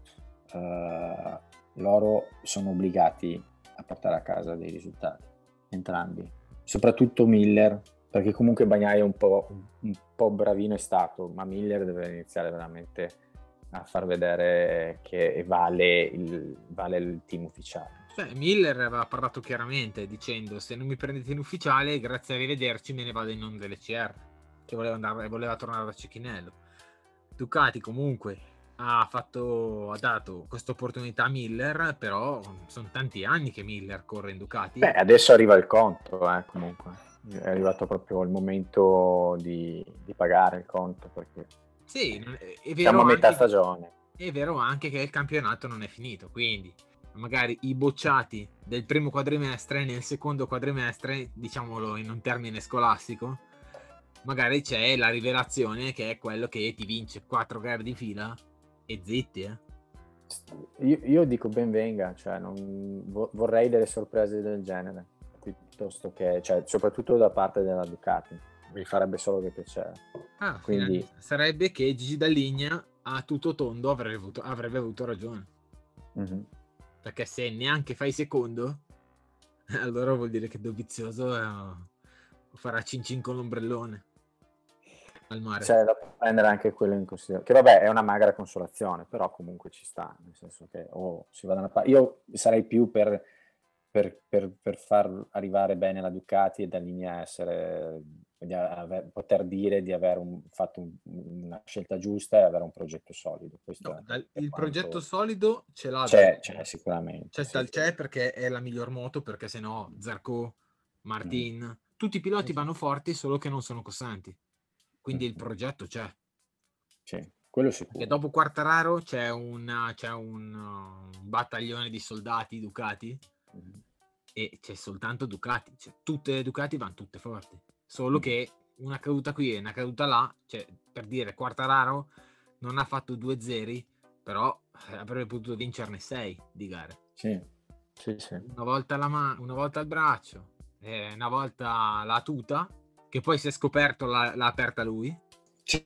loro sono obbligati a portare a casa dei risultati, entrambi, soprattutto Miller, perché comunque Bagnaia un po' bravino è stato, ma Miller deve iniziare veramente a far vedere che vale il team ufficiale. Cioè, Miller aveva parlato chiaramente dicendo: se non mi prendete in ufficiale, grazie a arrivederci, me ne vado in non delle CR, che voleva tornare da Cecchinello. Ducati comunque ha dato questa opportunità a Miller, però sono tanti anni che Miller corre in Ducati. Beh, adesso arriva il conto, comunque. È arrivato proprio il momento di pagare il conto, perché Sì, è siamo vero a metà anche stagione. è vero anche che il campionato non è finito, quindi magari i bocciati del primo quadrimestre nel secondo quadrimestre, diciamolo in un termine scolastico, magari c'è la rivelazione che è quello che ti vince 4 gare di fila e zitti, Io dico ben venga, cioè vorrei delle sorprese del genere, piuttosto che, cioè, soprattutto da parte della Ducati, mi farebbe solo che piacere. Quindi sarebbe che Gigi Dall'Igna a tutto tondo avrebbe avuto ragione. Perché se neanche fai secondo, allora vuol dire che Dovizioso farà cin cin con l'ombrellone al mare. c'è da prendere anche quello in considerazione, che vabbè è una magra consolazione, però comunque ci sta, nel senso che si va da una parte. Io sarei più per far arrivare bene la Ducati e da linea poter dire di aver fatto una scelta giusta e avere un progetto solido. Questo Il progetto solido ce l'ha c'è sicuramente. c'è perché è la miglior moto, perché sennò Zarco, Martin, tutti i piloti vanno forti, solo che non sono costanti. Quindi il progetto c'è. Sì, quello Perché sicuro. dopo Quartararo c'è un battaglione di soldati Ducati e c'è soltanto Ducati. Cioè, tutte le Ducati vanno tutte forti. Solo che una caduta qui e una caduta là, cioè, per dire, Quartararo non ha fatto 2 zeri, però avrebbe potuto vincerne 6 di gare. Sì. Una volta una volta il braccio, una volta la tuta, che poi si è scoperto l'ha aperta lui. Sì.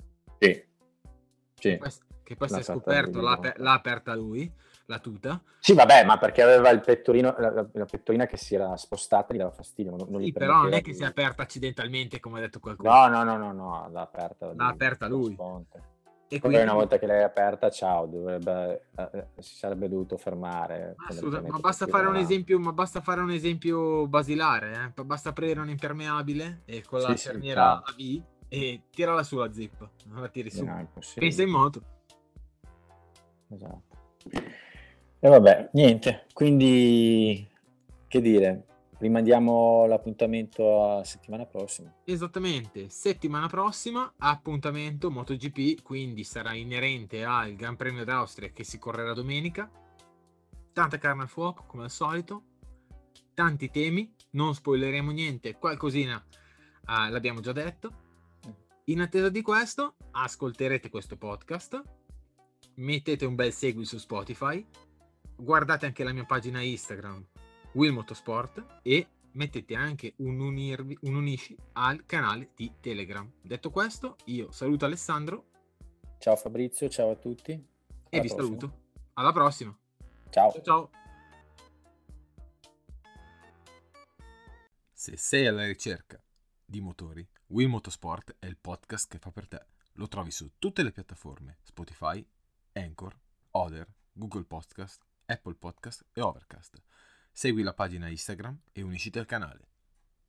Che poi si è scoperto l'ha aperta lui, la tuta. Sì, vabbè, ma perché aveva il pettorino, la pettorina che si era spostata, gli dava fastidio, non Sì, gli però non permetteva è che si è aperta accidentalmente, come ha detto qualcuno. No, l'ha aperta L'ha aperta di lui. sponte. E Poi una quindi volta che l'hai aperta, ciao, si sarebbe dovuto fermare. ma basta fare un esempio basilare, basta aprire un impermeabile e con la Sì, cerniera ciao. a V e tirala su la zip, non la tiri su. No, è Pensa impossibile. in moto. Esatto. E vabbè, niente, quindi che dire, rimandiamo l'appuntamento a settimana prossima. Esattamente, settimana prossima appuntamento MotoGP, quindi sarà inerente al Gran Premio d'Austria che si correrà domenica. Tanta carne al fuoco, come al solito, tanti temi, non spoileremo niente, qualcosina l'abbiamo già detto. In attesa di questo, ascolterete questo podcast, mettete un bel segui su Spotify, guardate anche la mia pagina Instagram, Will Motorsport, e mettete anche un unisci al canale di Telegram. Detto questo, io saluto Alessandro. Ciao Fabrizio, ciao a tutti. E Alla vi prossima. saluto. Alla prossima. Ciao. Ciao. Se sei alla ricerca di motori, Will Motorsport è il podcast che fa per te. Lo trovi su tutte le piattaforme: Spotify, Anchor, Other, Google Podcast, Apple Podcast e Overcast. Segui la pagina Instagram e unisciti al canale.